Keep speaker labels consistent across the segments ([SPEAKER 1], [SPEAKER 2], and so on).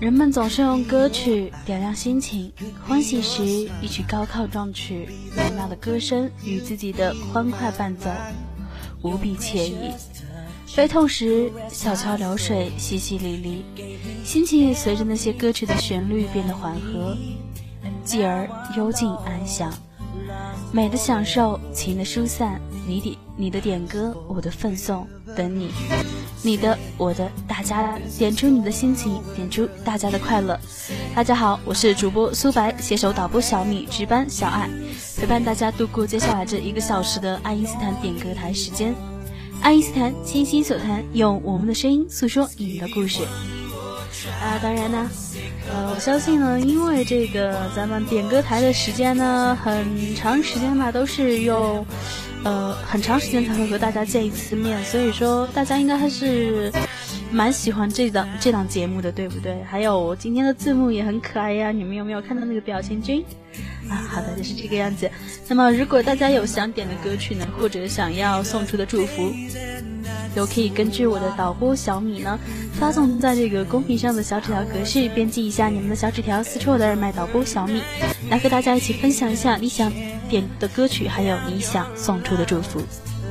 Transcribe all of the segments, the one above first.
[SPEAKER 1] 人们总是用歌曲点亮心情，欢喜时一曲高亢壮曲，美妙的歌声与自己的欢快伴奏，无比惬意。悲痛时小桥流水，淅淅沥沥，心情也随着那些歌曲的旋律变得缓和，继而幽静安详。美的享受，情的疏散，你的点歌，我的奉送，等你，你的我的大家，点出你的心情，点出大家的快乐。大家好，我是主播苏白，携手导播小米，值班小爱，陪伴大家度过接下来这1个小时的爱因斯坦点歌台时间。爱因斯坦倾心所谈，用我们的声音诉说你的故事。当然呢，我相信呢，因为这个咱们点歌台的时间呢，很长时间吧，都是用很长时间才会和大家见一次面，所以说大家应该还是蛮喜欢这档节目的，对不对？还有我今天的字幕也很可爱呀，你们有没有看到那个表情君？好的，就是这个样子。那么如果大家有想点的歌曲呢，或者想要送出的祝福，都可以根据我的导播小米呢发送在这个公屏上的小纸条格式，编辑一下你们的小纸条，私戳我的二麦导播小米，来和大家一起分享一下你想点的歌曲，还有你想送出的祝福。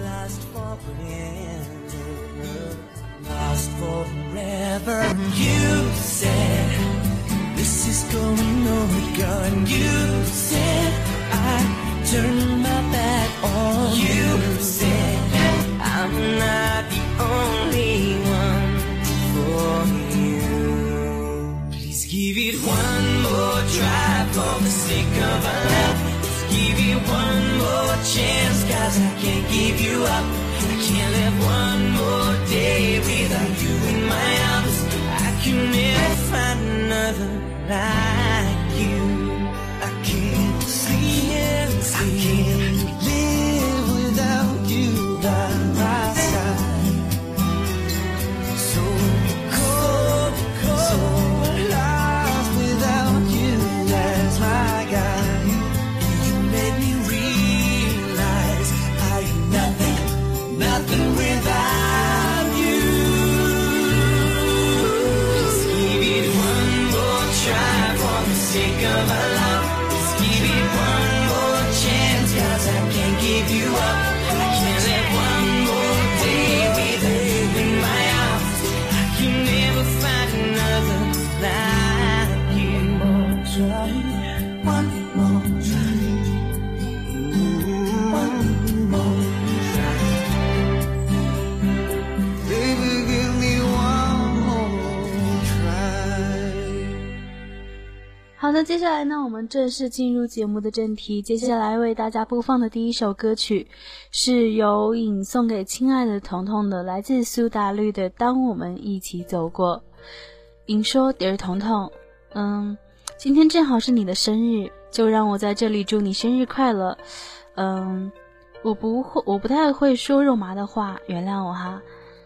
[SPEAKER 2] This is going nowhere, and you said I turned my back on you. Said I'm not the only one for you. Please give it one more try for the sake of our love. Please give it one more chance, 'cause I can't give you up. I can't live one more day without you in my arms. I can never find another like you. I can't see it, I can't live without you by my side. So cold, so lost without you as my guide. You made me realize I am nothing without you. Just give it one more try for the sake of our love. Just give it one more chance, 'cause I can't give you up. I can't let one more day without you in my arms. I can never find another like you. One more try, one more try. Baby, give me one more try.
[SPEAKER 1] 好的，接下来呢，我们正式进入节目的正题。接下来为大家播放的第一首歌曲，是由引送给亲爱的彤彤的，来自苏打绿的《当我们一起走过》。引说：“点儿彤彤，今天正好是你的生日，就让我在这里祝你生日快乐。我不太会说肉麻的话，原谅我哈。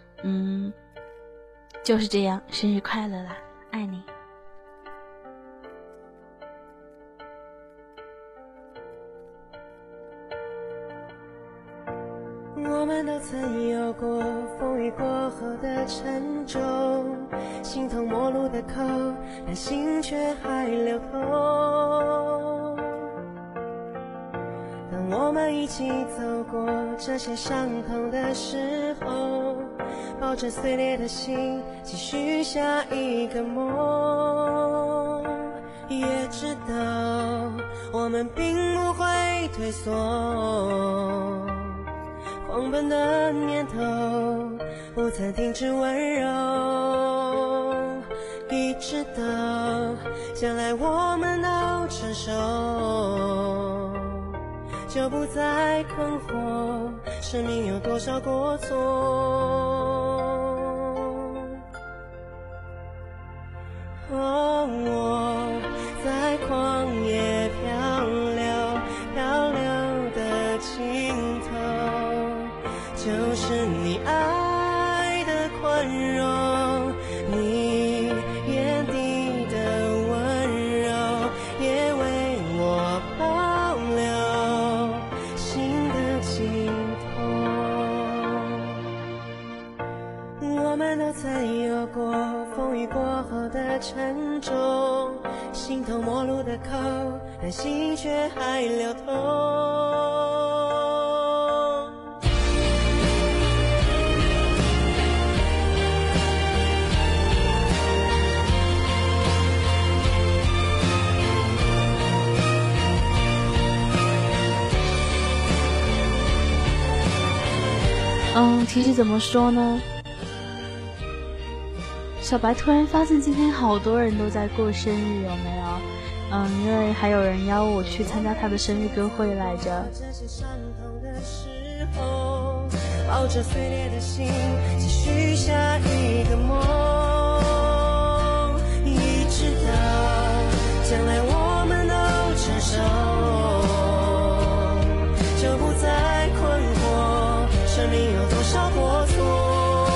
[SPEAKER 1] 就是这样，生日快乐啦，爱你。”
[SPEAKER 3] 我们都曾有过风雨过后的沉重，形同陌路的口，但心却还流通。当我们一起走过这些伤痛的时候，抱着碎裂的心，继续下一个梦，也知道我们并不会退缩，狂奔的念头不曾停止温柔，一直到将来我们都成熟，就不再困惑生命有多少过错。我在旷野漂流的尽头，就是你爱的宽容，你眼底的温柔，也为我保留心的尽头。 我们都曾有过风雨过后的沉重，形同陌路的口，但心却还流通。
[SPEAKER 1] 其实怎么说呢，小白突然发现今天好多人都在过生日，有没有？因为还有人邀我去参加他的生日歌会来着。
[SPEAKER 3] 抱着碎裂的心，继续下一个梦，一直到将来我们都成熟，就不再困惑生命有多少过错。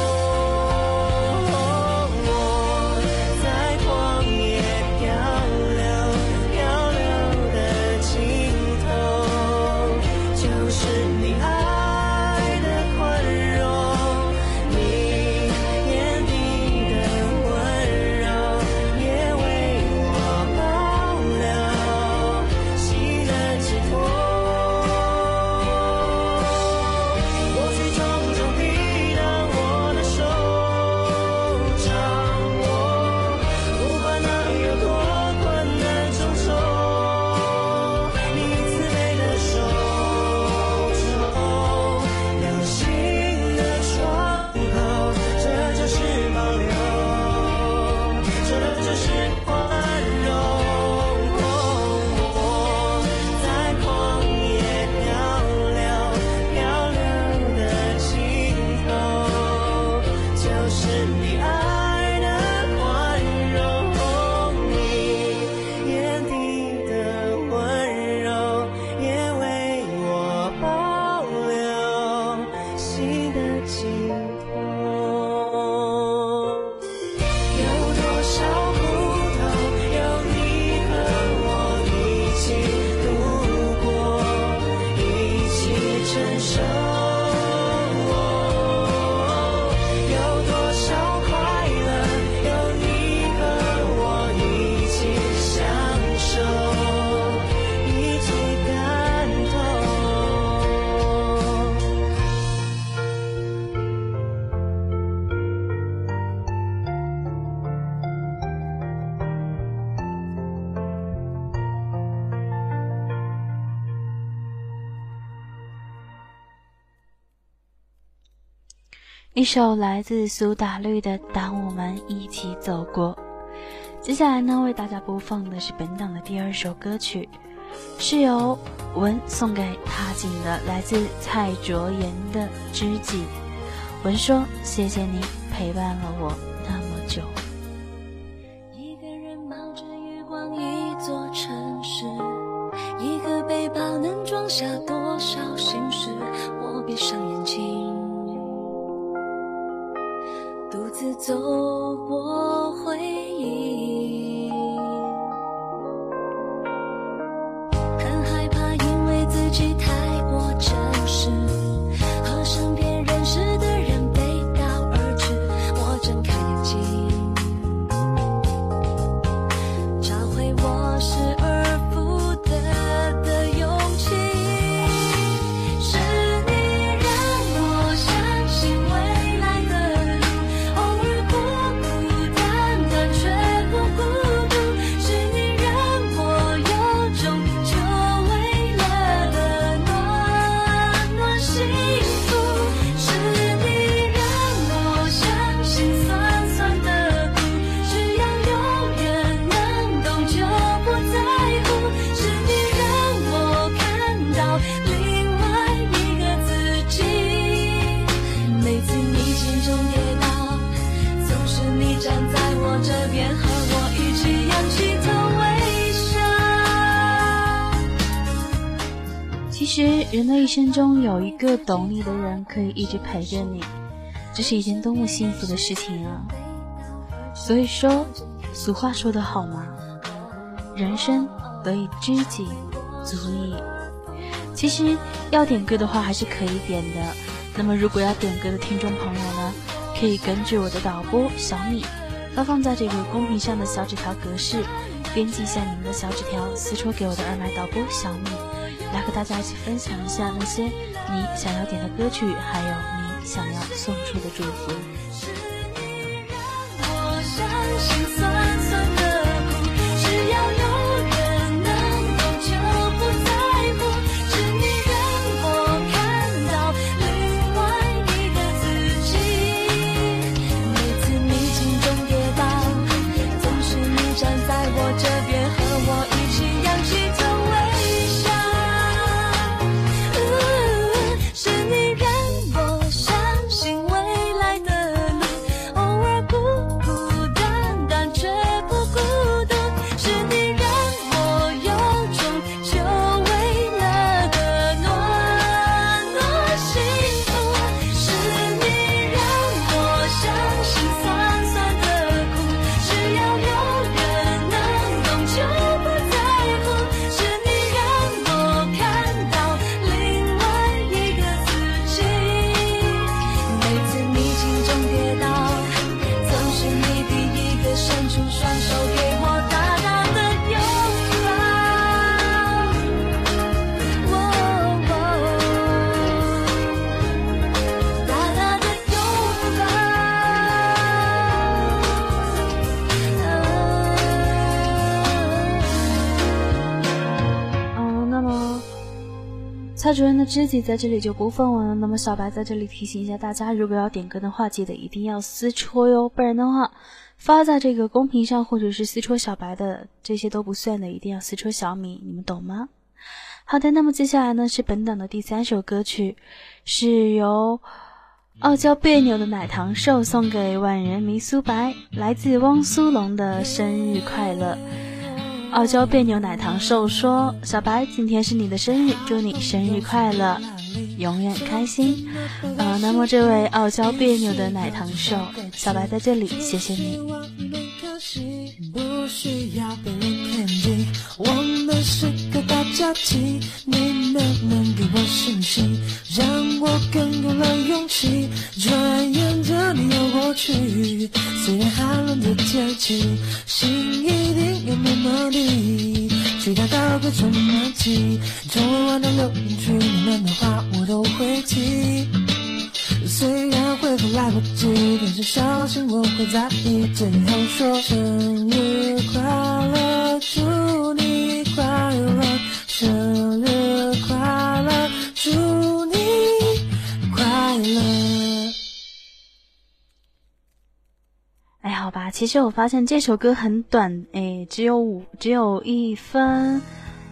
[SPEAKER 1] 一首来自苏打绿的《当我们一起走过》。接下来呢，为大家播放的是本档的第二首歌曲，是由文送给踏景的，来自蔡卓妍的《知己》。文说：谢谢你陪伴了我那么久。
[SPEAKER 4] 一个人冒着月光，一座城市，一个背包能装下多少心事。我闭上眼睛，独自走过回忆，很害怕因为自己太过真实，和身边认识的人背道而驰。我睁开眼睛，找回我失而复得的勇气。是你让我相信未来的路，偶尔孤孤单单却不孤独。是你让我有种久违了的暖暖幸福。是你让我相信酸酸的苦，只要永远能懂就不在乎。是你让我看到另外一个自己。每次你心中跌倒，总是你站在我这边，和我一起仰起头微笑。
[SPEAKER 1] 其实人的一生中有一个懂你的人可以一直陪着你，这是一件多么幸福的事情啊。所以说俗话说得好嘛，人生得一知己足矣。其实要点歌的话还是可以点的，那么如果要点歌的听众朋友呢， 可以根据我的导播小米发放在这个公屏上的小纸条格式，编辑一下你们的小纸条，私戳给我的二麦导播小米，来和大家一起分享一下那些你想要点的歌曲，还有你想要送出的祝福。
[SPEAKER 4] 我相信酸酸的苦，只要有人能懂就不在乎，是你让我看到另外一个自己。每次逆境中跌倒，总是你站在我这边，和我一起扬起头微笑。是你让我相信未来的路，偶尔孤孤单单却不孤独，是你让我有种久违了的暖暖幸福，是你让我相信酸酸的苦，只要有人能懂就不在乎，是你让我看到另外一个自己。每次逆境中跌倒，总是你第一个伸出双手给我大大的拥抱，大大的拥抱。
[SPEAKER 1] 那么蔡主任的知己在这里就不放完了。那么小白在这里提醒一下大家，如果要点歌的话，记得一定要私戳哟，不然的话发在这个公屏上或者是私戳小白的，这些都不算的，一定要私戳小米，你们懂吗？好的，那么接下来呢是本档的第3首歌曲，是由傲娇别扭的奶糖兽送给万人迷苏白，来自汪苏泷的生日快乐。傲娇别扭奶糖兽说，小白今天是你的生日，祝你生日快乐，永远开心。那么这位傲娇别扭的奶糖兽，小白在这里谢谢你。
[SPEAKER 2] 不需要被人肯定，我们是个大家庭，你能不能给我信息，让我更有了勇气，转眼着你又过去，虽然寒冷的天气，心一定有那么低，其他到各种问题，从未玩到留言区，你们的话我都会听，虽然回复来不及，但是相信我会在意，最后说生日快乐，祝你快乐，生日快乐，祝你快乐。
[SPEAKER 1] 哎，好吧，其实我发现这首歌很短，只有1分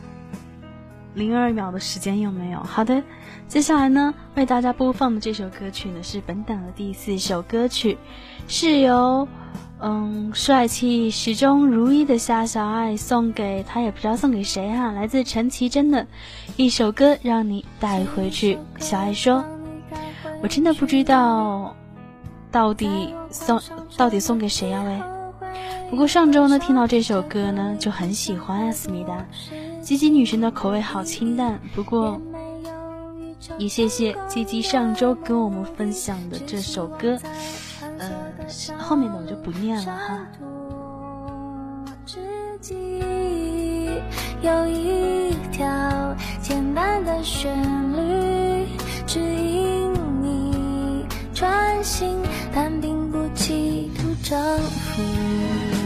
[SPEAKER 1] 02秒的时间，有没有？好的，接下来呢为大家播放的这首歌曲呢是本档的第4首歌曲，是由帅气始终如一的夏小爱送给他，也不知道送给谁啊，来自陈绮贞的一首歌，让你带回去。小爱说，我真的不知道到底送给谁啊喂。不过上周呢听到这首歌呢就很喜欢啊，思密达鸡鸡女神的口味好清淡，不过也谢谢鸡鸡上周跟我们分享的这首歌，后面的我就不念了哈。
[SPEAKER 4] 有一条简单的旋律指引你专心，但并不企图征服你。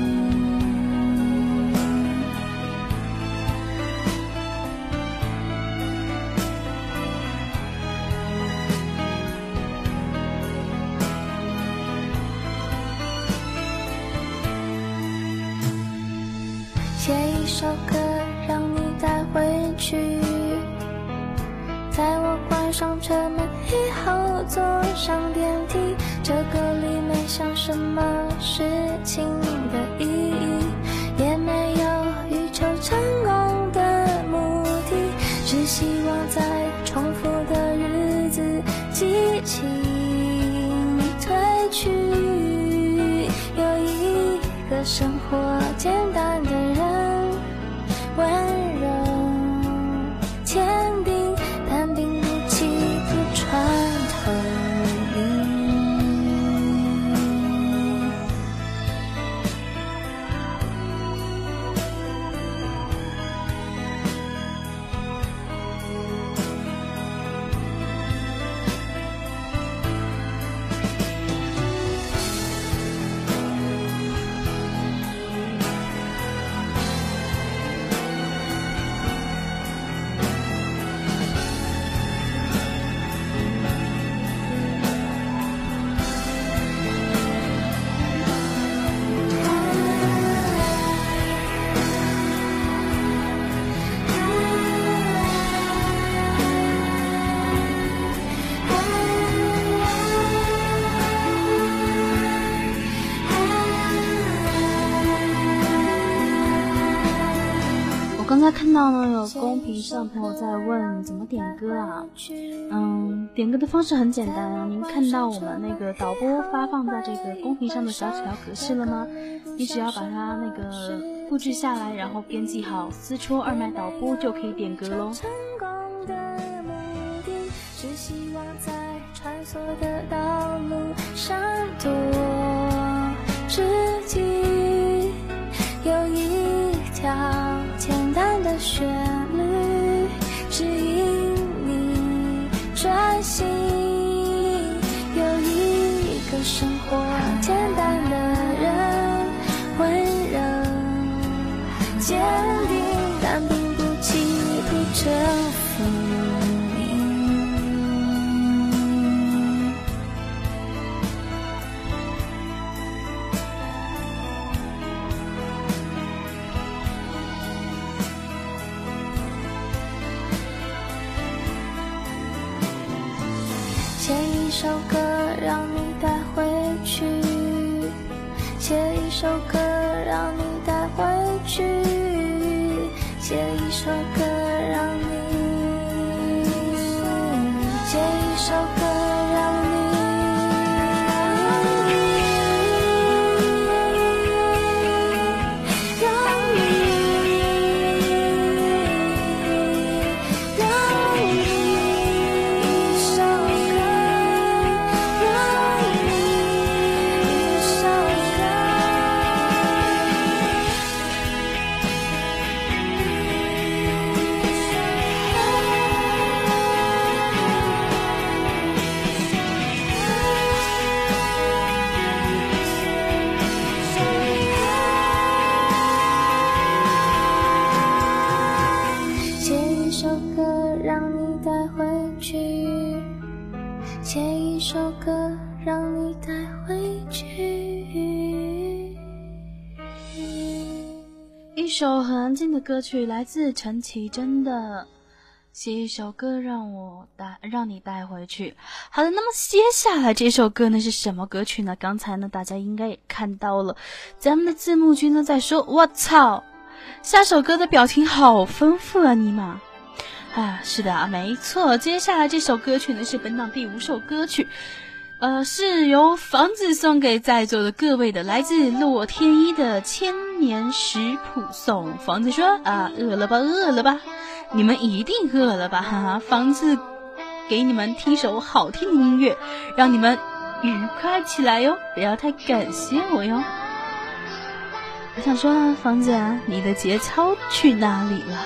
[SPEAKER 4] 写一首歌让你带回去，在我关上车门以后坐上电梯，这个里没想什么事情的意义，也没有欲求成功的目的，只希望在重复的日子激情褪去，有一个生活简单的人，温柔坚定，但并不企图穿透你。
[SPEAKER 1] 刚才看到呢，有公屏上朋友在问怎么点歌啊？点歌的方式很简单啊，您看到我们那个导播发放在这个公屏上的小纸条格式了吗？你只要把它那个复制下来，然后编辑好，私戳二麦导播就可以点歌咯。
[SPEAKER 4] 成功的目的是希望在穿梭的道路上多知己，有一条简单的旋律指引你专心，有一个生活简单的人，温柔坚定，但并不企图征服你。写一首歌让你带回去，写一首歌让你带回去，写一首歌让你，写一首歌让你，写一首歌让你带回去。
[SPEAKER 1] 一首很安静的歌曲来自陈绮贞的写一首歌让你带回去。好的，那么接下来这首歌呢是什么歌曲呢？刚才呢大家应该也看到了，咱们的字幕君呢在说我操，下首歌的表情好丰富啊尼玛啊，是的啊，没错，接下来这首歌曲呢是本档第5首歌曲，是由房子送给在座的各位的，来自洛天依的千年食谱送。房子说啊，饿了吧饿了吧，你们一定饿了吧，哈哈，房子给你们听首好听的音乐，让你们愉快起来哟，不要太感谢我哟。我想说啊，房子啊，你的节操去哪里了？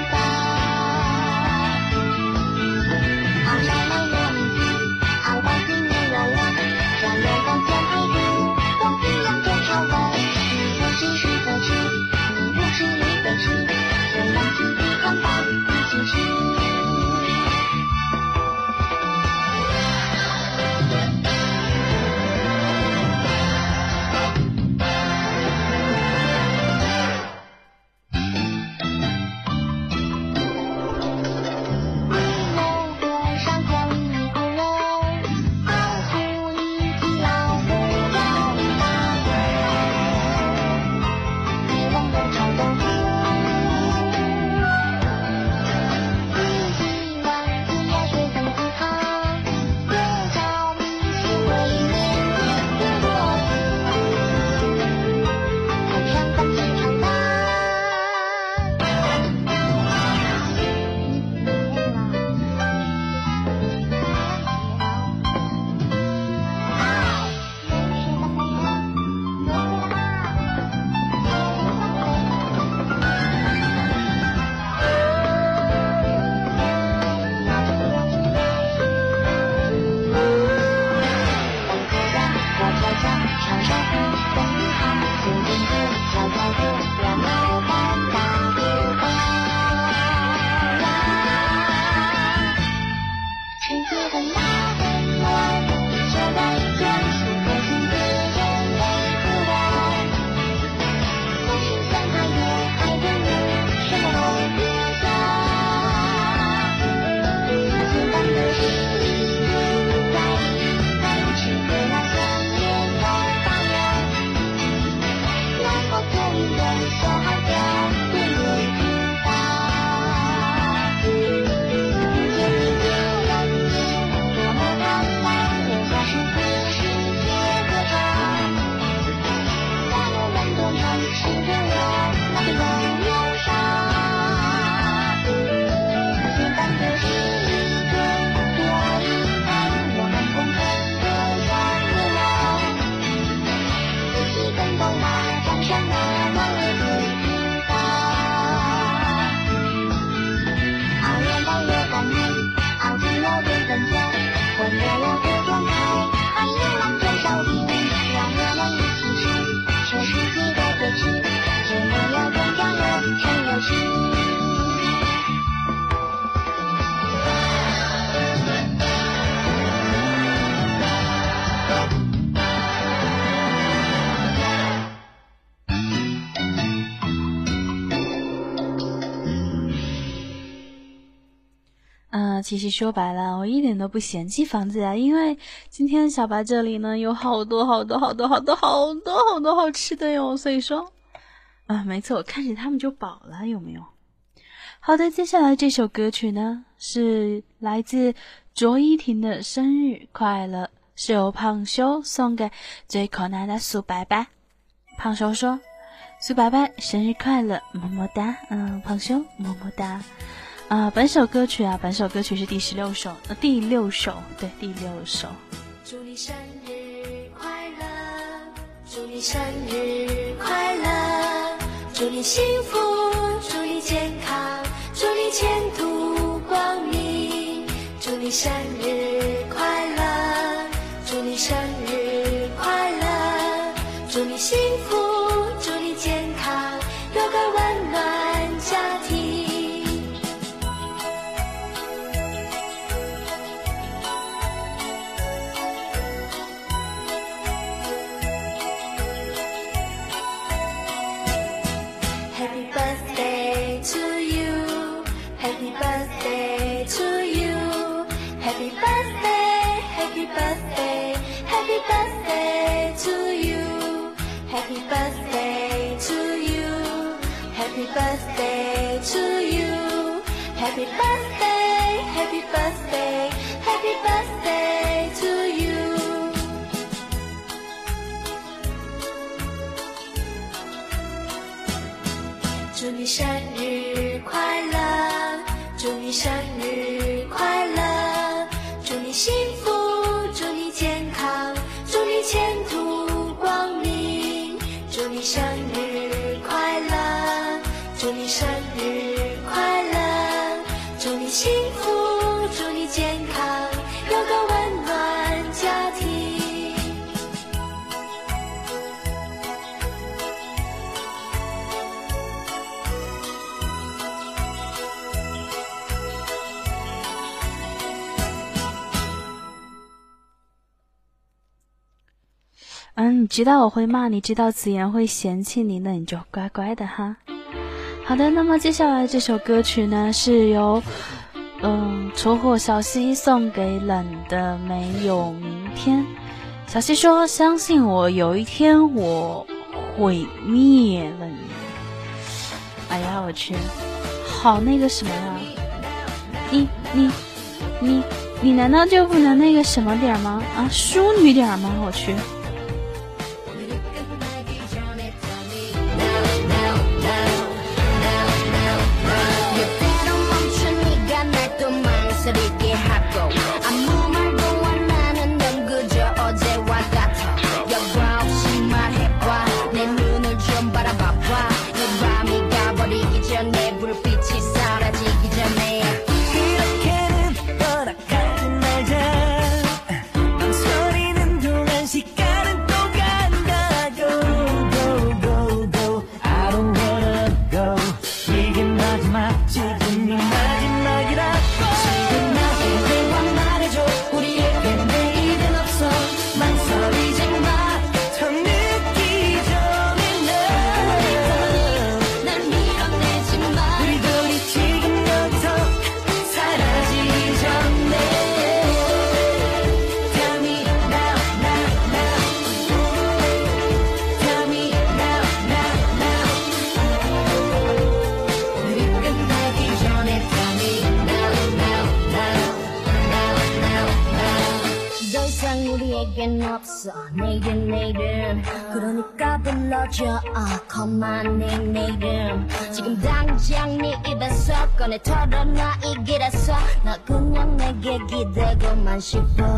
[SPEAKER 5] 好
[SPEAKER 1] 其实说白了，我一点都不嫌弃房子啊，因为今天小白这里呢有好多好吃的哟，所以说没错，我看着他们就饱了，有没有？好的，接下来这首歌曲呢是来自卓依婷的生日快乐，是由胖修送给最可爱的苏白白。胖修说，苏白白生日快乐，么么哒。胖修么么哒。本首歌曲是第6首，第6首。
[SPEAKER 4] 祝你生日快乐，祝你生日快乐，祝你幸福，祝你健康，祝你前途光明，祝你生日快乐，祝你生日快乐，祝你幸福，祝你健康，有个温暖家庭。Happy birthday to you, happy birthday to you, happy birthday, happy birthday, happy birthday to you, happy birthday to you, happy birthday to you, happy birthday, happy birthday, happy birthday to you.祝你生日快乐，祝你生日快乐，祝你幸福，祝你健康，祝你前途光明，祝你生日快乐，祝你生日快乐，祝你幸福，祝你健康，有个温暖家庭。
[SPEAKER 1] 你知道我会骂你，知道子言会嫌弃你，那你就乖乖的哈。好的，那么接下来这首歌曲呢是由戳火小溪送给冷的没有明天。小溪说，相信我，有一天我毁灭了你。哎呀我去，好那个什么呀，你难道就不能那个什么点吗？淑女点吗？我去。
[SPEAKER 4] 우리에겐 없어 내일은 그러니까 불러줘 Call my name 내 이름 지금 당장 네 입에서 꺼내 털어놔 이 길에서 나 그냥 내게 기대고만 싶어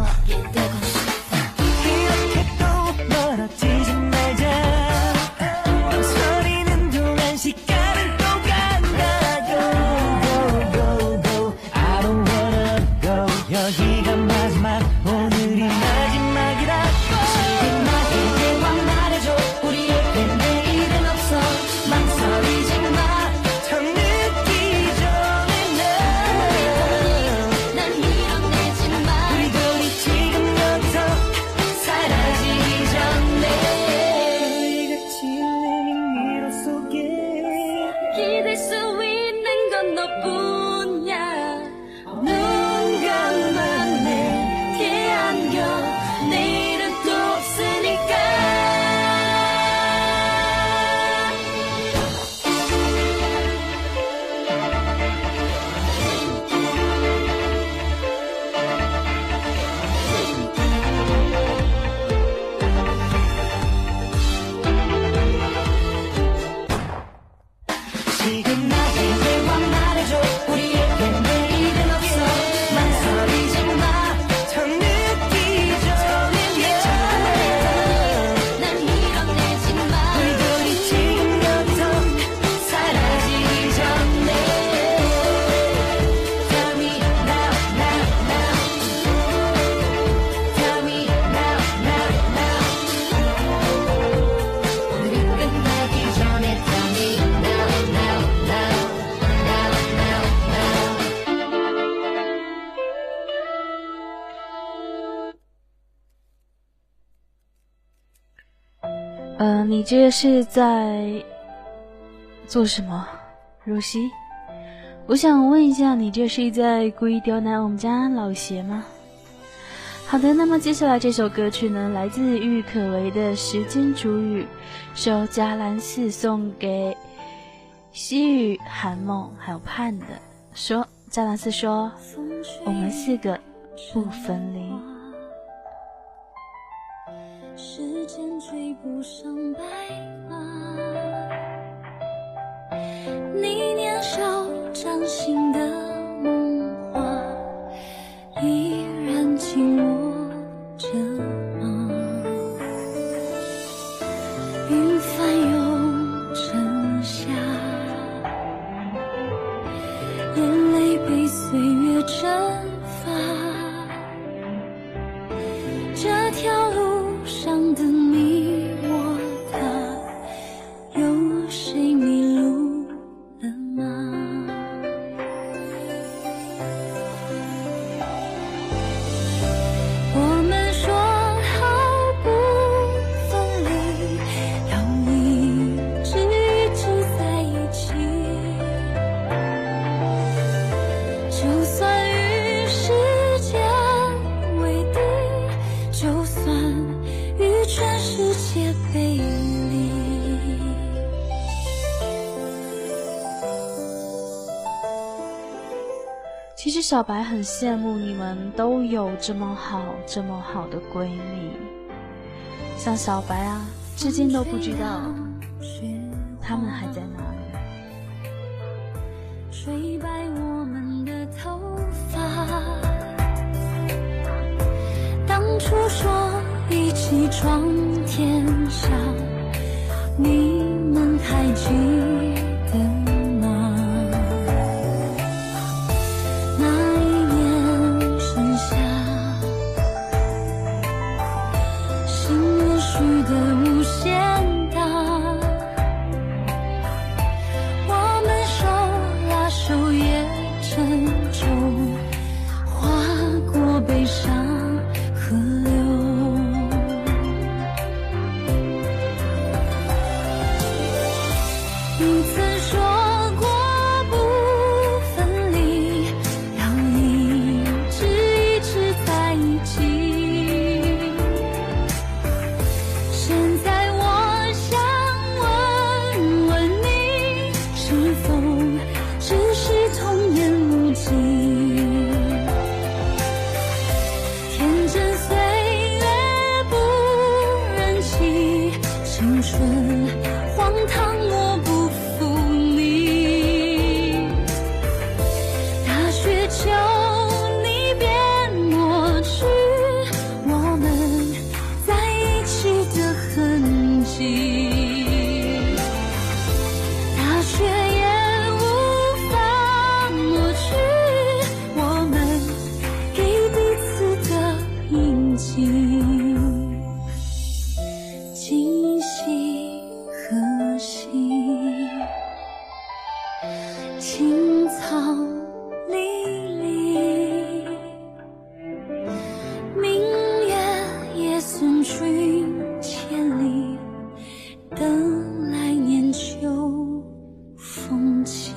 [SPEAKER 2] 이렇게 또 멀어지지 말자 소리는 동안 시간은 또 간다 Go, go, go, go I don't wanna go 여기가 마지막 오늘이 마지막이라고 지금 나에게 와 말해줘 우리에겐 내일은 없어 망설이지 마 더 늦기 전에
[SPEAKER 4] 난 밀어내지 마
[SPEAKER 2] 우리 둘이 지금 여기서 사라지기 전에 너희같이 내린 미로 속에
[SPEAKER 4] 기댈 수 있는 건 너뿐이야 눈 감아 내게 안겨 내일은 또 없으니까
[SPEAKER 2] 지금 나에게 와 말해줘 우리에겐 내일은 없어 망설이지 마 더 늦기 전에
[SPEAKER 4] 난 밀어내지 마
[SPEAKER 2] 우리 둘이 지금 여기서 사라지기 전에 Tell me now, now, now Tell me now, now, now
[SPEAKER 4] 우리 끝나기 전에 Tell me now, now, now Now, now, now
[SPEAKER 1] 你这是在做什么，如熙？我想问一下，你这是在故意刁难我们家老邪吗？好的，那么接下来这首歌曲呢，来自郁可唯的《时间煮雨》，是由嘉兰寺送给西雨、韩梦还有盼的。嘉兰寺说，我们4个不分离。
[SPEAKER 4] 时间追不上白马，你年少掌心的梦话，依然紧握着吗？云翻涌成夏，眼泪被岁月蒸发，这条路上的你我他，有谁迷路了吗？我们说好不分离，要一直在一起，就算与时间为敌，就算与全世界背离。
[SPEAKER 1] 其实小白很羡慕你们都有这么好的闺蜜，像小白啊，至今都不知道她们还在哪里。
[SPEAKER 4] 吹白我们的头发，当初说一起闯天下，你们还记得吗？那一年盛夏，心也许得无限大，我们手拉手也沉重，划过悲伤河流。你曾说春，荒唐我不负你。大雪求你别抹去我们在一起的痕迹。大雪也无法抹去我们给彼此的印记。今夕何夕，青草离离，明月也送君千里，等来年秋风起。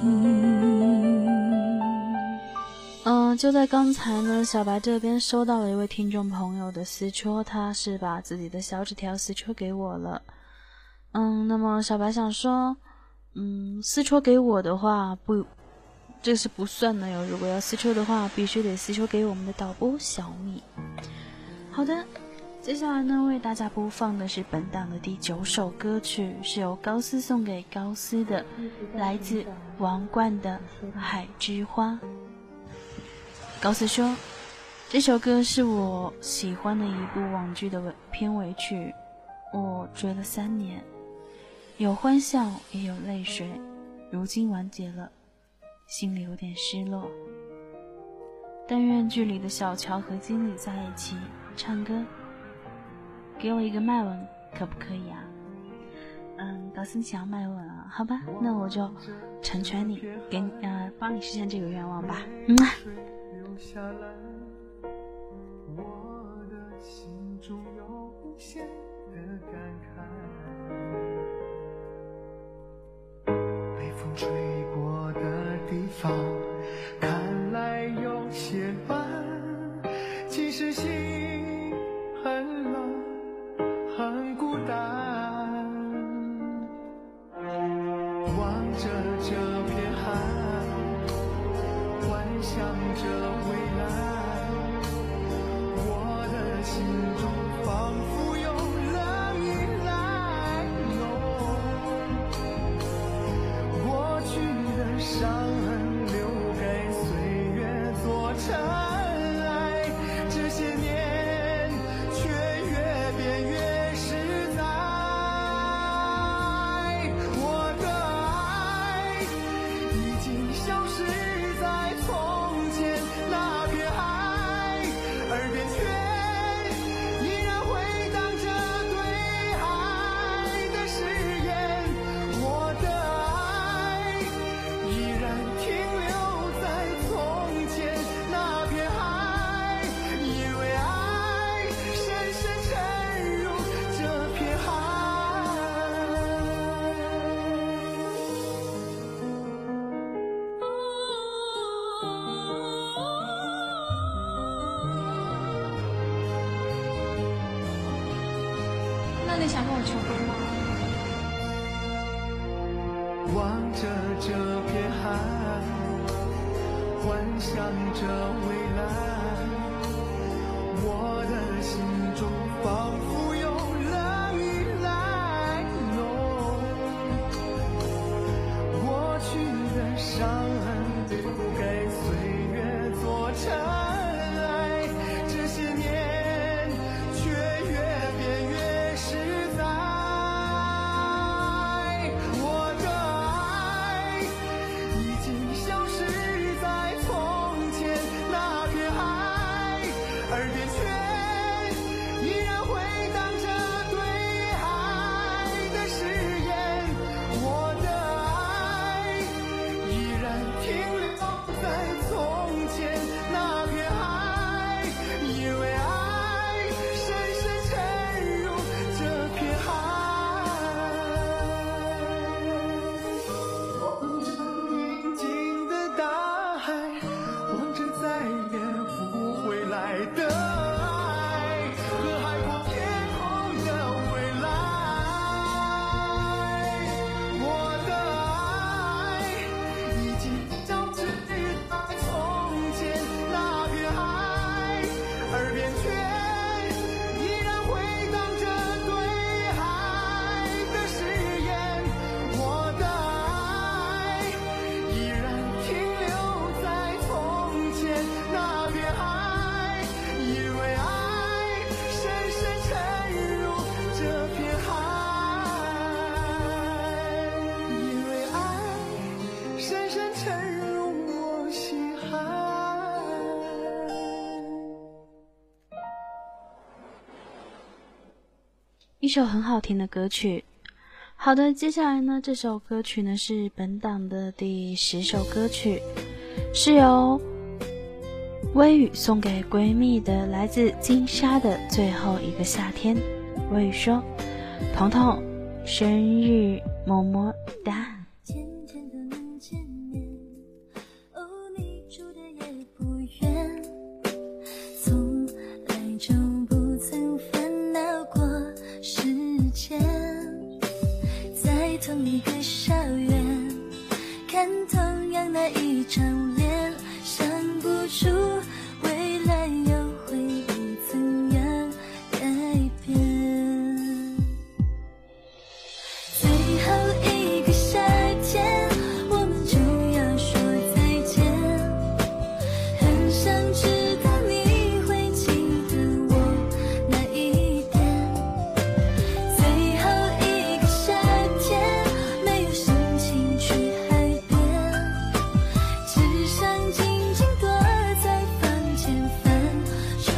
[SPEAKER 1] 就在刚才呢，小白这边收到了一位听众朋友的私戳，他是把自己的小纸条私戳给我了。那么小白想说，私戳给我的话这是不算的哟，如果要私戳的话，必须得私戳给我们的导播小米。好的，接下来呢，为大家播放的是本档的第9首歌曲，是由高斯送给高斯的，来自王冠的《海之花》。高斯说，这首歌是我喜欢的一部网剧的片尾曲，我追了3年，有欢笑也有泪水，如今完结了，心里有点失落。但愿剧里的小乔和经理在一起唱歌，给我一个麦吻可不可以啊？高斯想要麦吻啊，好吧，那我就成全你，帮你实现这个愿望吧。
[SPEAKER 5] 留下来，我的心中有无限的感慨。被风吹过的地方，看来有些晚。其实心很冷，很孤单。望着这片海，幻想着未来，我的心中仿佛有了依赖。过去的伤痕留给岁月做尘埃，这些年却越变越实在。我的爱已经消失在从前那片海，耳边却依然回荡着对海的誓言。我的爱依然停留在从前那片海，因为爱深深沉入这片海。
[SPEAKER 1] 那你想跟我求婚吗？
[SPEAKER 5] 望着这片海，幻想着未来，我的心中仿佛有了依赖。过去的伤痕留给岁月做尘埃，这些年却越变越实在。我的爱已经消失在从前那
[SPEAKER 1] 一首很好听的歌曲。好的，接下来呢，这首歌曲呢是本档的第10首歌曲，是由微雨送给闺蜜的，来自金莎的最后一个夏天。微雨说：彤彤生日么么哒。
[SPEAKER 4] 天天都能见面，哦，你住的也不远，从来就不曾烦恼过时间，在同一个校园看同样那一张脸，想不出未来又会怎样改变。最后一个夏天，我们就要说再见，很想知道你会记得我哪一点。最后一个夏天，没有心情去海边，只想静静躲在房间翻照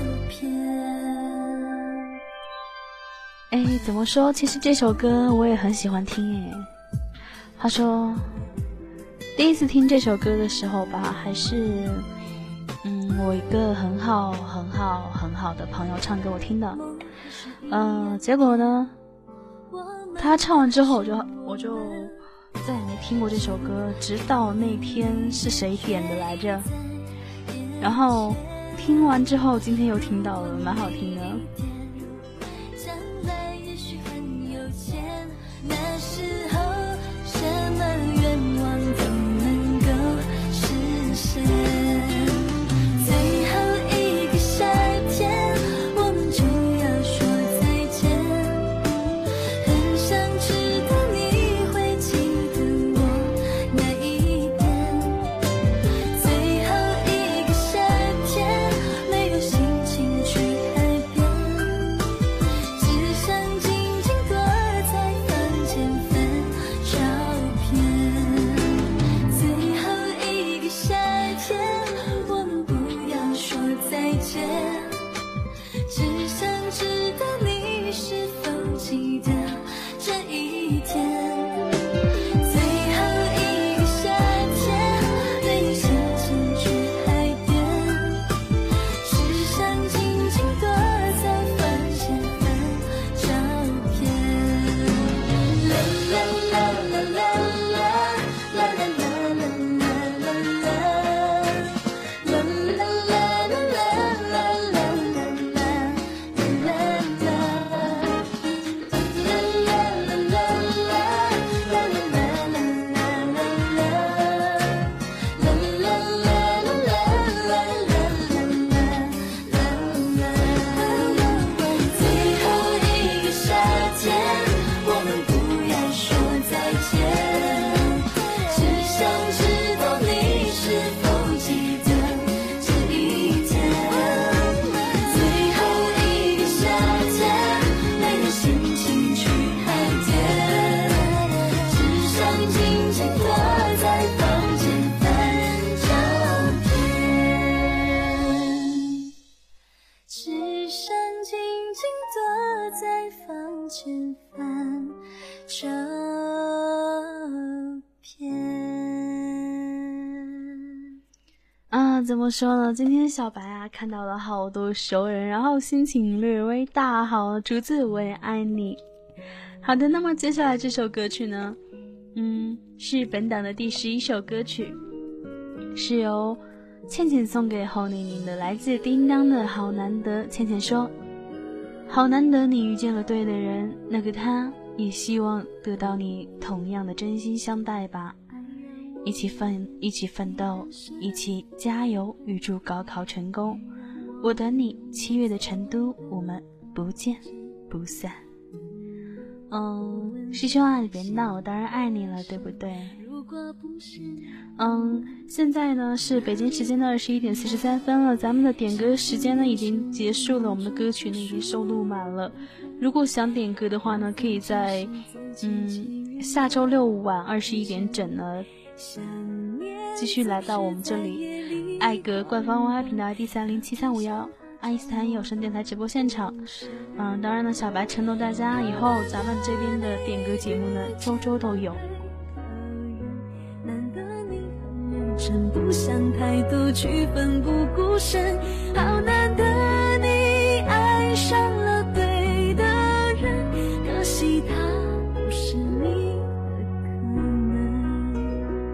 [SPEAKER 4] 片。
[SPEAKER 1] 怎么说，其实这首歌我也很喜欢听耶。他说第一次听这首歌的时候吧，还是我一个很好的朋友唱给我听的。结果呢，他唱完之后我就再也没听过这首歌，直到那天是谁点的来着，然后听完之后今天又听到了，蛮好听的。
[SPEAKER 4] 将来也许很有钱，那时候什么愿望都能够实现。最后一个夏天，我们就要说再见，很想知道你会记得我哪一点。最后一个夏天，没有心情去海边，只想静静躲在房间翻照片。最后一个夏天，我们不要说再见，只想知道你是否记得这一天。最后一个夏天，没有心情去海边，只想静静躲在房间翻照片。啦啦啦啦啦啦啦啦啦啦啦啦，啦啦啦啦啦啦最后一个夏天，我们不要说再见，只想知道你是否记得这一天。最后一个夏天，没有心情去海边，只想静静躲在房间翻照片，只想静静躲在房间翻照片。
[SPEAKER 1] 怎么说呢，今天小白看到了好多熟人，然后心情略微大好，竹子我也爱你。好的，那么接下来这首歌曲呢是本档的第11首歌曲，是由倩倩送给侯宁宁的，来自叮当的好难得。倩倩说：好难得你遇见了对的人，那个他也希望得到你同样的真心相待吧。一起奋斗，一起加油，预祝高考成功。我等你，7月的成都，我们不见不散。师兄啊，你别闹，我当然爱你了，对不对？现在呢是北京时间的21点43分了，咱们的点歌时间呢已经结束了，我们的歌曲呢已经收录满了。如果想点歌的话呢，可以在下周六晚21点整呢继续来到我们这里爱歌官方 YY 频道 ID 307351 爱因斯坦有声电台直播现场。当然呢，小白承诺大家以后咱们这边的点歌节目呢，周周都有。
[SPEAKER 4] 难得你很认真，不想太多去奋不顾身，好难得你爱上了对的人，可惜他不是你的可能。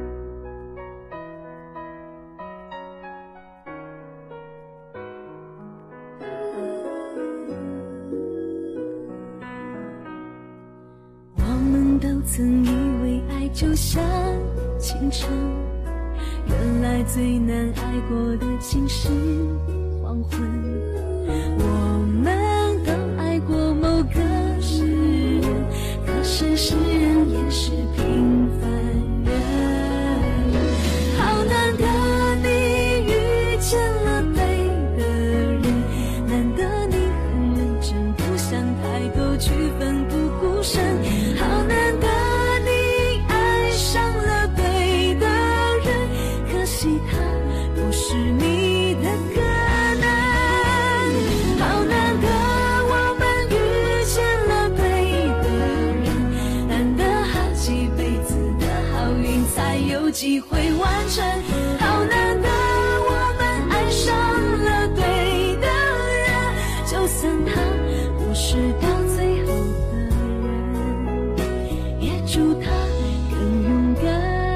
[SPEAKER 4] 我们都曾以为爱就像清晨，原来最难爱过的竟是黄昏。我们都爱过某个诗人，可是诗人也是平凡人。好难得你遇见了对的人，难得你很认真，不想太多去奋不顾身。好难得你爱上了对的人，可惜他不是你的可能。好难得我们遇见了对的人，难得好几辈子的好运才有机会完成。好难得我们爱上了对的人，就算他不是到最后的人，也祝他更勇敢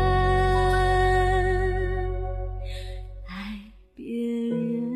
[SPEAKER 4] 爱别人。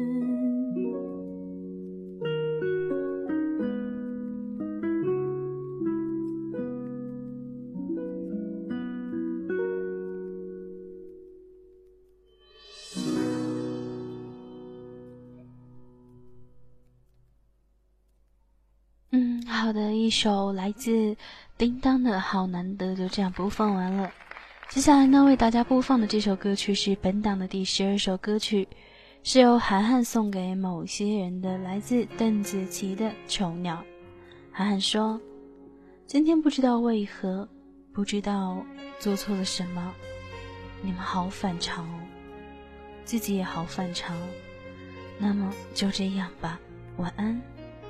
[SPEAKER 1] 好的，一首来自叮当的好难得就这样播放完了。接下来呢，为大家播放的这首歌曲是本档的第12首歌曲，是由涵涵送给某些人的，来自邓紫棋的《囚鸟》。涵涵说，今天不知道为何，不知道做错了什么，你们好反常哦，自己也好反常，那么就这样吧，晚安。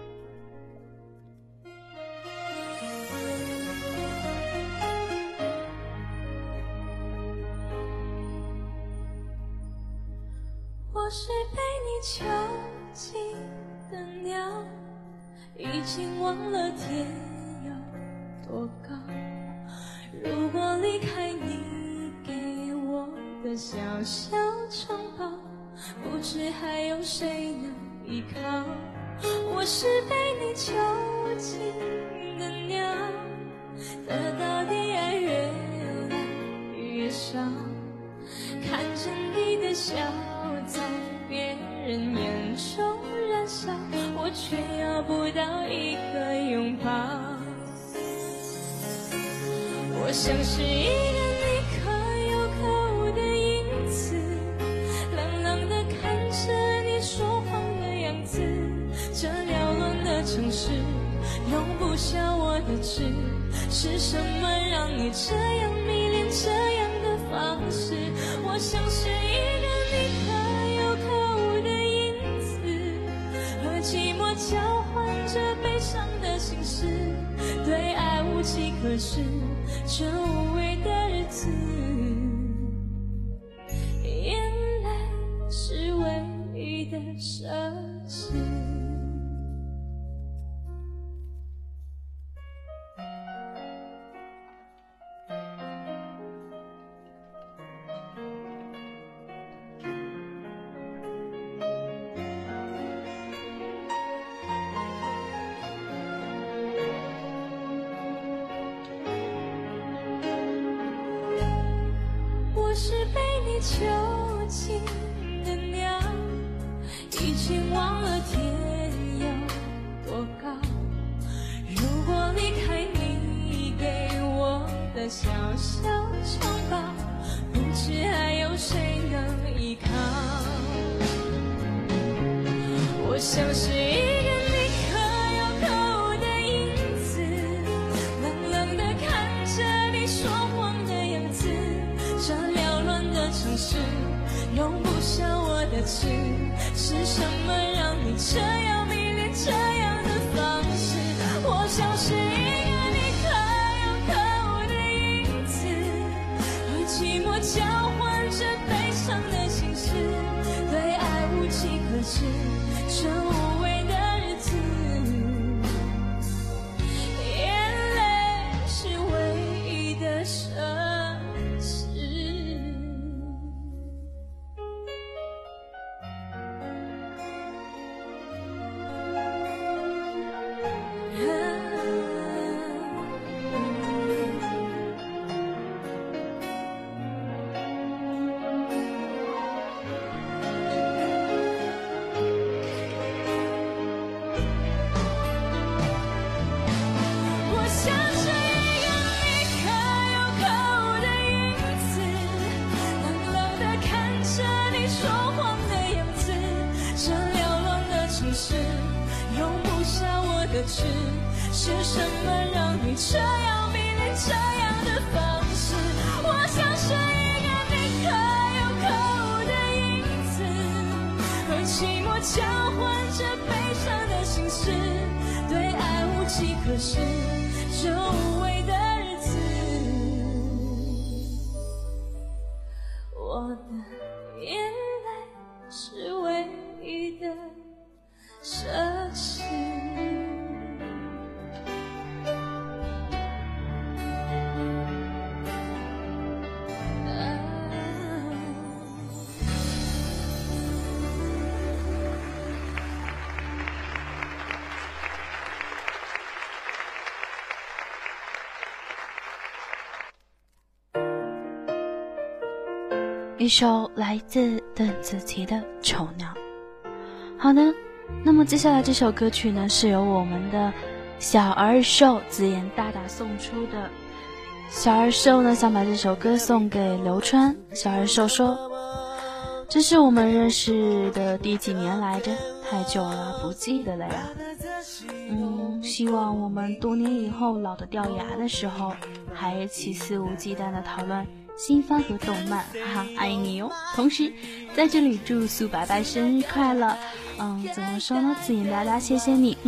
[SPEAKER 4] 我是被你囚禁的鸟，已经忘了天有多高。如果离开你给我的小小城堡，不知还有谁能依靠。我是被你囚禁的鸟，得到的爱越来越少，看着你的笑在别人眼中燃烧，我却要不到一个拥抱。我像是一个你可有可无的影子，冷冷地看着你说谎的样子。这缭乱的城市容不下我的痴，是什么让你这样迷恋这样的方式？我像是一个你可有可无的影子，和寂寞交换着悲伤的心事，对爱无计可施，这无味的日子，眼泪是唯一的奢侈。我是被你囚禁的鸟，已经忘了天有多高。如果离开你给我的小小城堡，不知还有谁能依靠。我像是一个你可有可无的影子，冷冷地看着你说谎的样子。这缭乱的城市容不下我的可知？是什么让你这样迷恋这样的方式？我像是一个你可有可无的影子，和寂寞交换着悲伤的心事，对爱无计可施，这无谓的日子，眼泪是唯一的奢侈。我像是一个你可有可无的影子，冷冷地看着你说谎的样子，这缭乱的城市容不下我的痴，是什么让你这样迷恋这样的方式？我像是一个你可有可无的影子，和寂寞交换着悲伤的心事，对爱无计可施，这无谓的日子，我的眼泪是唯一的奢侈。
[SPEAKER 1] 一首来自邓紫棋的《丑鸟》。好的，那么接下来这首歌曲呢，是由我们的小二兽自言大大送出的。小二兽呢，想把这首歌送给刘川。小二兽说，这是我们认识的第几年来着？太久了，不记得了呀。希望我们多年以后老得掉牙的时候，还一起肆无忌惮的讨论新番和动漫，哈哈，爱你哦！同时，在这里祝苏白白生日快乐。怎么说呢？自言大大谢谢你，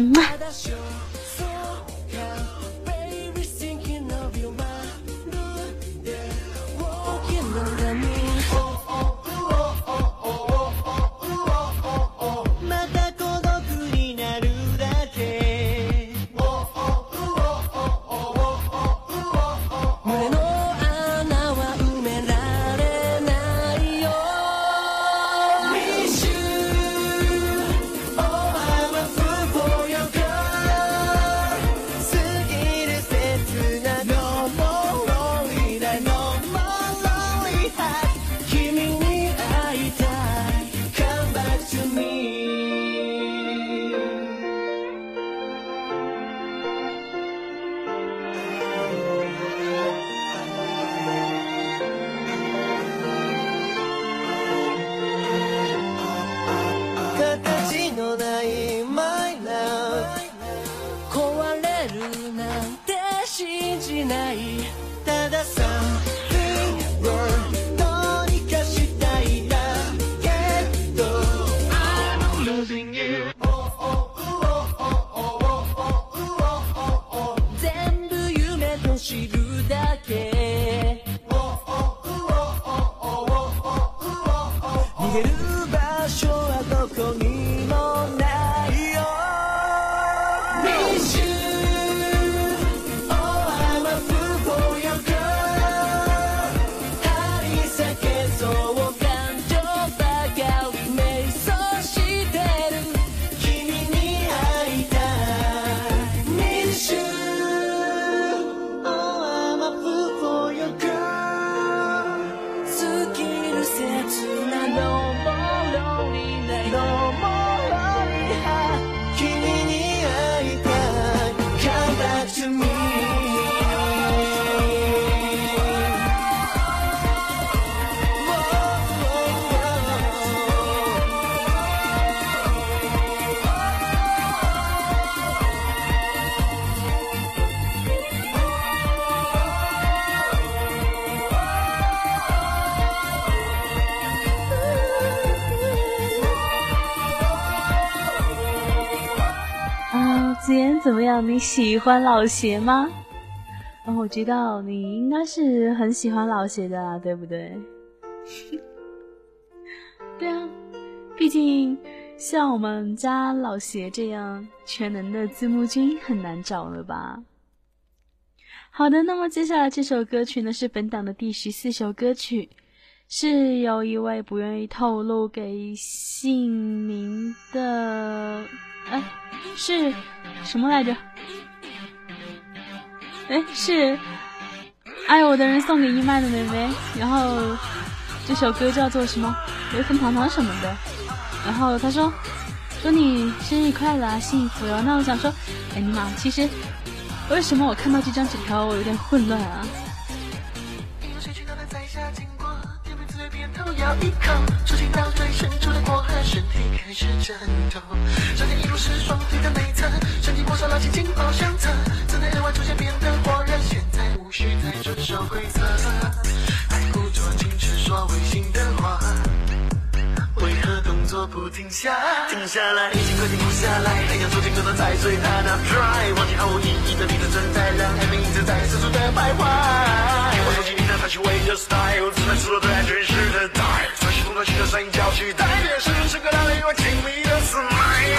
[SPEAKER 1] 子妍怎么样？你喜欢老邪吗？我知道你应该是很喜欢老邪的啦，对不对？对啊，毕竟像我们家老邪这样全能的字幕君很难找了吧。好的，那么接下来这首歌曲呢是本档的第14首歌曲，是有一位不愿意透露给姓名的是什么来着？是爱我的人送给义卖的妹妹，然后这首歌叫做什么雷粉糖糖什么的，然后他说你生日快乐啊，幸福哟。那我想说你妈，其实为什么我看到这张纸条我有点混乱啊？
[SPEAKER 5] 咬一口，触及到最深处的过河，身体开始颤抖。上天一路是双腿的内侧，身体破少了紧紧抱相侧，曾在额外出现变得火热，现在无需再遵守规则。还故作矜持说违心的话，为何动作不停下？停下来，已经快停不下来，很想说尽都能在随它那 dry， 忘记毫无意义的你的存在，让暧昧一直在四处的徘徊。我收起你的探寻味的 style， 自然失落的安全式的带，专心动作去的声音叫取代，别是是个让人以为亲密的 smile。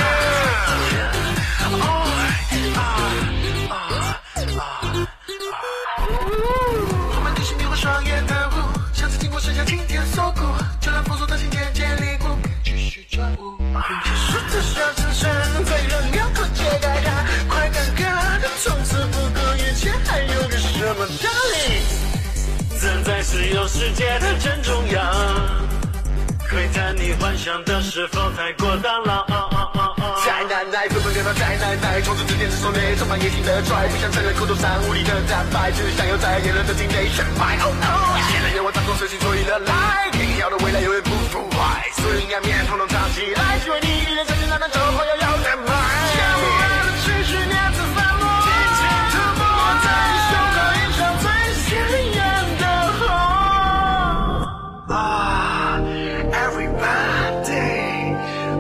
[SPEAKER 5] 我们内心迷惑双眼的雾，像是经过盛夏晴天锁骨，就让封锁的情节建立过，继续转舞。结束的小城镇，最热秒可解开它，快感歌，从此不顾一切，还有个什么道理？站在自由世界的正中央，窥探你幻想的是否太过当老。再难耐，分分秒秒再难耐，从此之间是手内充满野性的拽，不想承认口头上无力的坦白，只想要在炎热的境内显摆。Oh no！ 现在有我掌控随心所欲的来，天要的未来永远不腐坏，所有阴暗面统统藏起来，只为你一人相信那张丑话要的买。想不完的持续两次反驳，轻轻涂抹在你胸口印上最显眼的红。Everybody，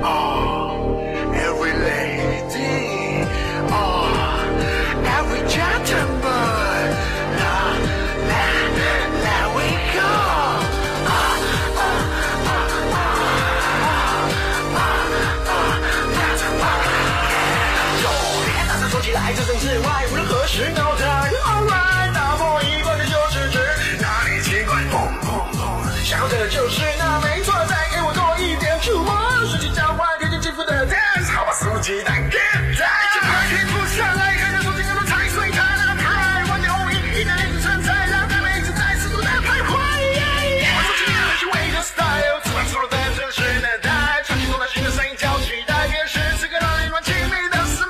[SPEAKER 5] every lady， every gentleman，let we go。说起来，置身事外，无论何时脑袋 Alright， 打破一贯的羞耻值，哪里奇怪？砰砰砰，想要的就是那没错，再给我多一点触摸，瞬间交换，贴近肌肤的 dance， 好把肆无忌惮 get down， 这把停不下来，看着手机更多踩碎它的 pride， 忘掉无意义的那种存在，让它们一直在四处的徘徊。我说起你的是为的 style， 自然出了的真实的带，传奇中的新的声音叫期待，便是此刻让人乱亲密的 smile。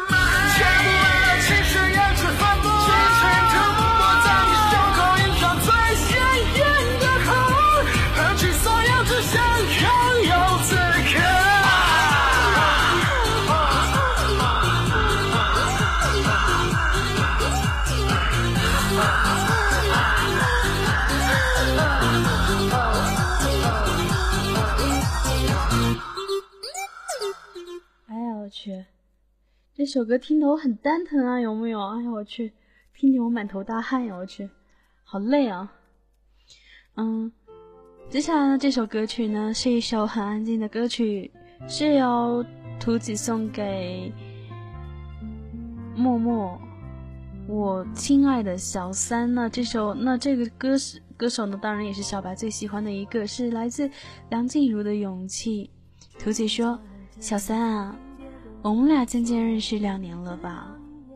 [SPEAKER 1] 这首歌听得我很蛋疼啊，有没有？哎呀，我去，听得我满头大汗呀，我去，好累啊。接下来呢，这首歌曲呢是一首很安静的歌曲，是由图子送给默默，我亲爱的小三呢。这个歌手呢，当然也是小白最喜欢的一个，是来自梁静茹的《勇气》。图子说：“小三啊。”我们俩渐渐认识2年了吧？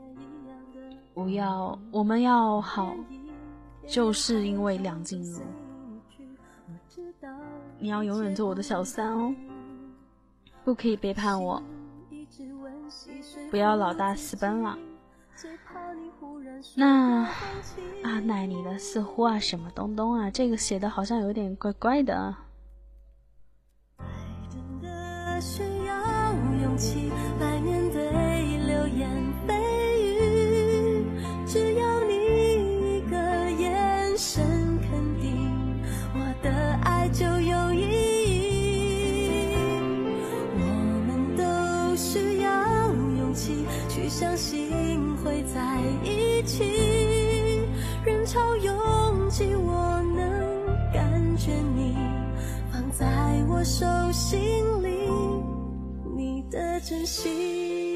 [SPEAKER 1] 我们要好，就是因为梁静茹。你要永远做我的小三哦，不可以背叛我，不要老大私奔了。那爱你的似乎啊，什么东东啊，这个写的好像有点怪怪的啊。
[SPEAKER 4] 爱真的需要勇气来面对流言蜚语，只要你一个眼神肯定，我的爱就有意义。我们都需要勇气去去相信会在一起。人潮拥挤，我能感觉你放在我手心里，你的真心。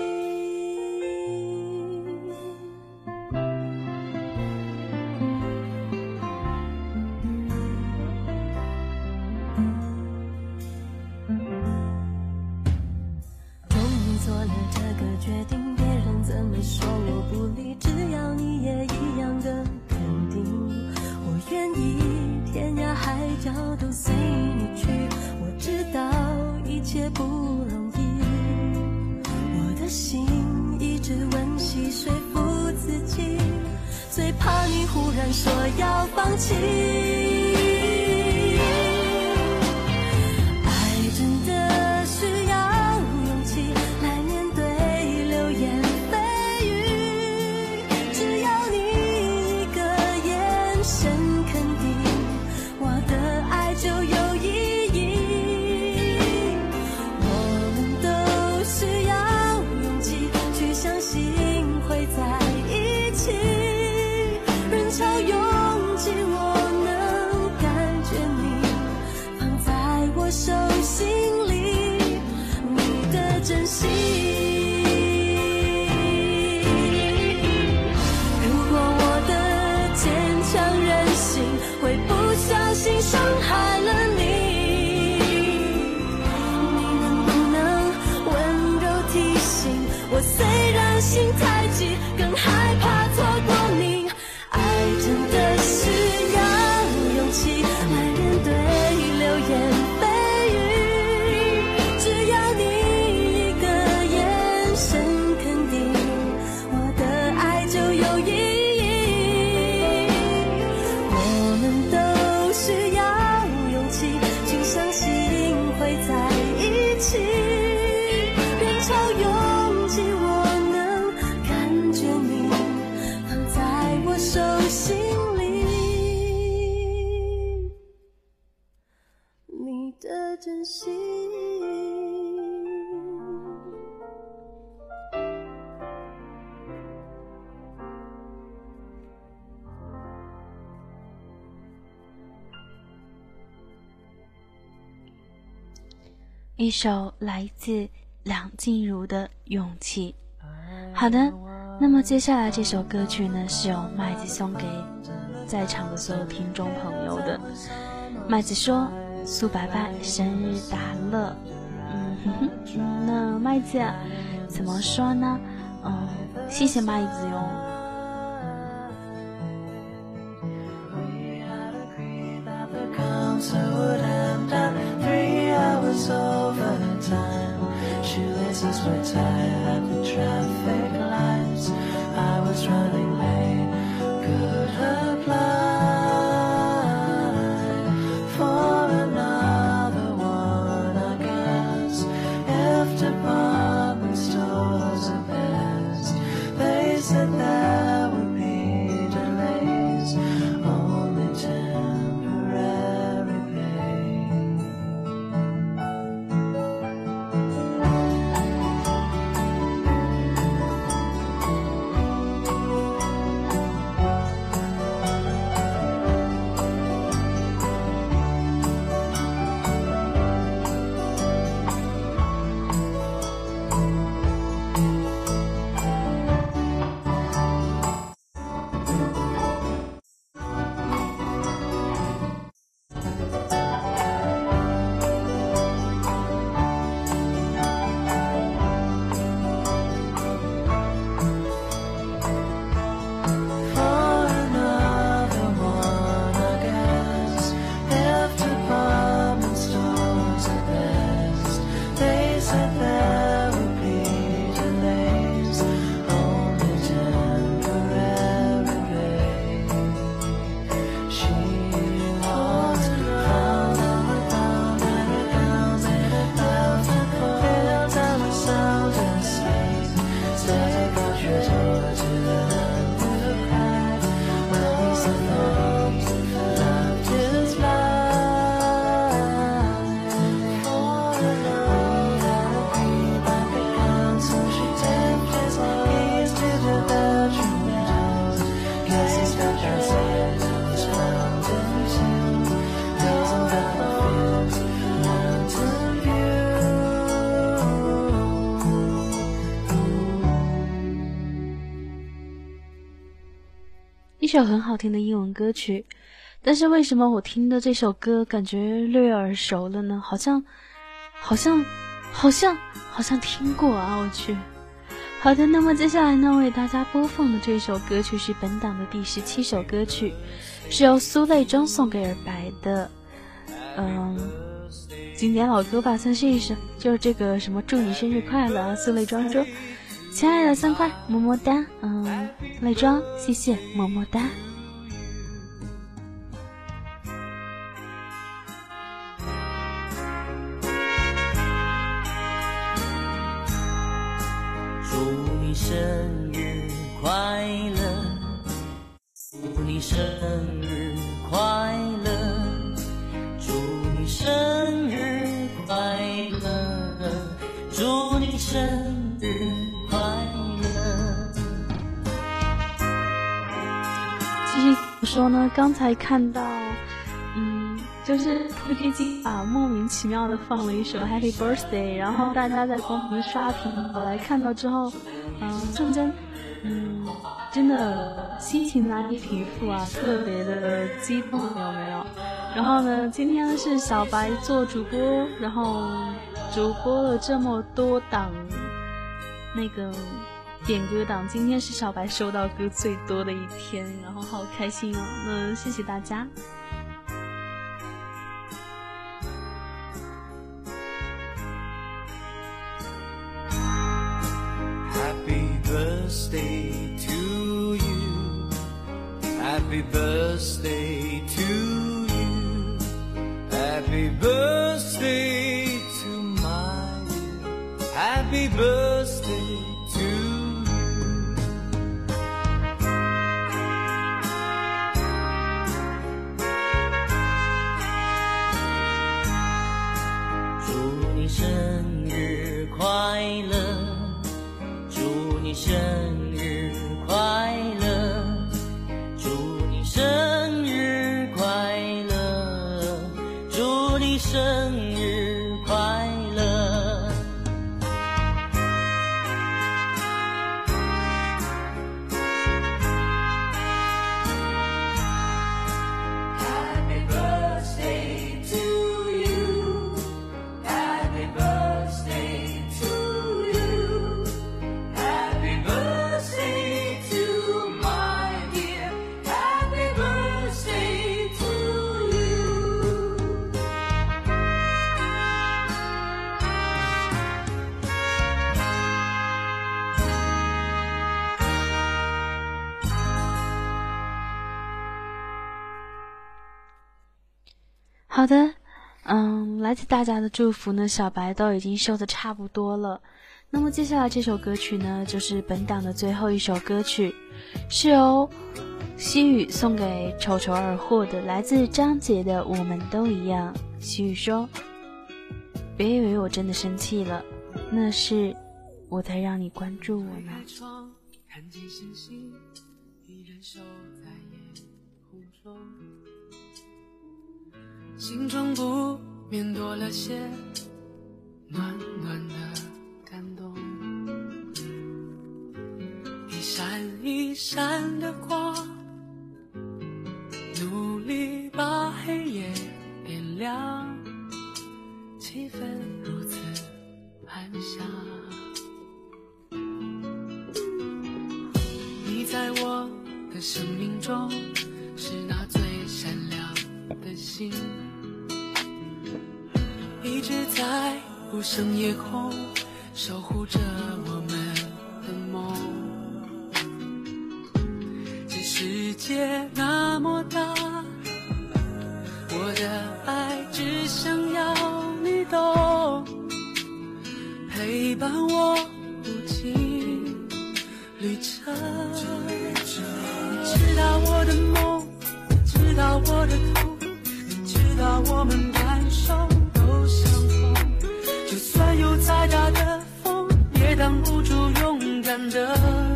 [SPEAKER 4] 终于做了这个决定，别人怎么说我不理，只要你也一样的肯定，我愿意天涯海角都随你去。我知道一切不容易，我的心一直温习说服自己，最怕你忽然说要放弃。爱真的需要勇气来面对流言蜚语，只要你一个眼神肯定，我的爱就有意义。我们都需要勇气去相信会在一起，人潮拥挤，我能感觉你放在我手心里，你的真心。如果我的坚强任性会不小心伤害了你，你能不能温柔提醒我，虽然心太急，更害怕错过你。爱真的需要勇气来面对流言蜚语，只要你一个眼神肯定，我的爱就有意义。我们都需要勇气去相信会在一起，人潮拥挤，我能感觉你放在我手心里，你的真心。
[SPEAKER 1] 一首来自梁静茹的《勇气》。好的，那么接下来这首歌曲呢，是由麦子送给在场的所有听众朋友的。麦子说：“苏白白生日大乐。”那麦子怎么说呢？谢谢麦子哟。
[SPEAKER 2] Shoelaces were tied at the traffic lights. I was running late, could apply for another one, I guess. If department stores are best, they said there would be delays, only temporary pain.
[SPEAKER 1] 一首很好听的英文歌曲，但是为什么我听的这首歌感觉略耳熟了呢？好像听过啊，我去。好的，那么接下来呢，为大家播放的这首歌曲是本档的第17首歌曲，是由苏泪庄送给尔白的，经典老歌吧，算是一首，就是这个什么祝你生日快乐啊，苏泪庄说，亲爱的3块，么么哒，泪庄，谢谢，么么哒。
[SPEAKER 2] 祝你生日快乐，祝你生日快乐，祝你生日快乐，祝你生日快乐。
[SPEAKER 1] 继续说呢，刚才看到就是最近莫名其妙的放了一首 Happy Birthday， 然后大家在公屏刷屏，我来看到之后瞬间真的心情难以平复啊，特别的激动，有没有？然后呢，今天是小白做主播，然后主播了这么多档那个点歌档，今天是小白收到歌最多的一天，然后好开心哦，那谢谢大家。
[SPEAKER 2] Birthday to you, happy birthday to you, happy birthday to my dear, happy birthday to you. 祝你生日快乐，祝你生日快乐，祝你生日快乐，祝你生日快乐。Happy birthday to you, happy birthday to you, happy birthday to my dear, happy birthday to you.
[SPEAKER 1] 好的，来自大家的祝福呢，小白都已经收的差不多了。那么接下来这首歌曲呢，就是本档的最后一首歌曲，是由西雨送给丑丑而获的，来自张杰的《我们都一样》。西雨说：“别以为我真的生气了，那是我在让你关注我呢。”
[SPEAKER 5] 看见星星，一人守在夜空中，心中不免多了些暖暖的感动。一闪一闪的光，努力把黑夜点亮，气氛如此安详。你在我的生命中是那最闪亮的星，一直在无声夜空守护着我们的梦。这世界那么大，我的爱只想要你懂，陪伴我无尽旅程。你知道我的梦，你知道我的痛，你知道我们感受都相同。就算有再大的风，也挡不住勇敢的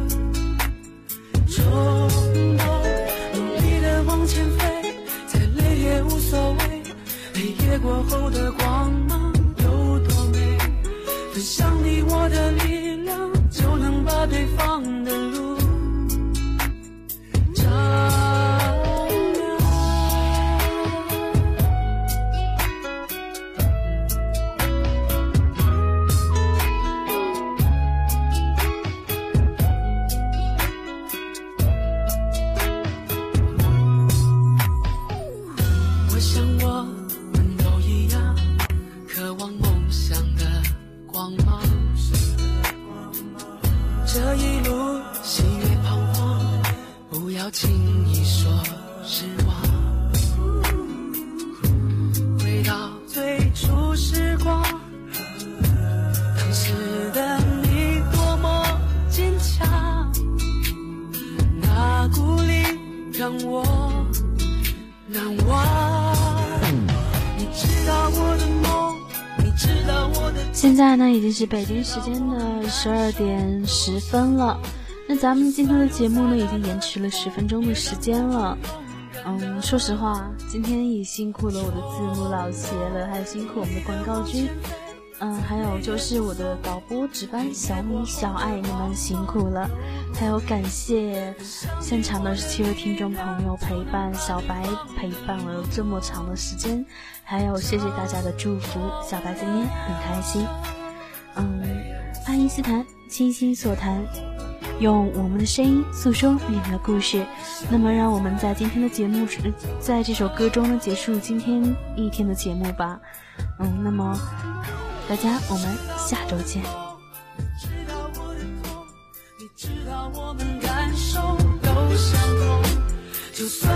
[SPEAKER 5] 冲动。努力的往前飞，再累也无所谓。黑夜过后的光芒有多美？分享你我的力量，就能把对方的路照。
[SPEAKER 2] 这一路喜悦彷徨，不要轻易说失望。回到最初时光，当时的你多么坚强，那鼓励让我难忘。你知道我的梦，你知道我的。
[SPEAKER 1] 现在呢已经是北京时间的12点10分了，那咱们今天的节目呢已经延迟了10分钟的时间了。说实话，今天也辛苦了我的字幕老邪了，还有辛苦我们的广告君，还有就是我的导播值班小米小爱，你们辛苦了。还有感谢现场的7位听众朋友陪伴小白陪伴了这么长的时间，还有谢谢大家的祝福，小白今天很开心。爱因斯坦倾心所谈，用我们的声音诉说你们的故事。那么让我们在今天的节目在这首歌中呢结束今天一天的节目吧。那么大家我们下周见。
[SPEAKER 2] 你知道我们感受都相同，就算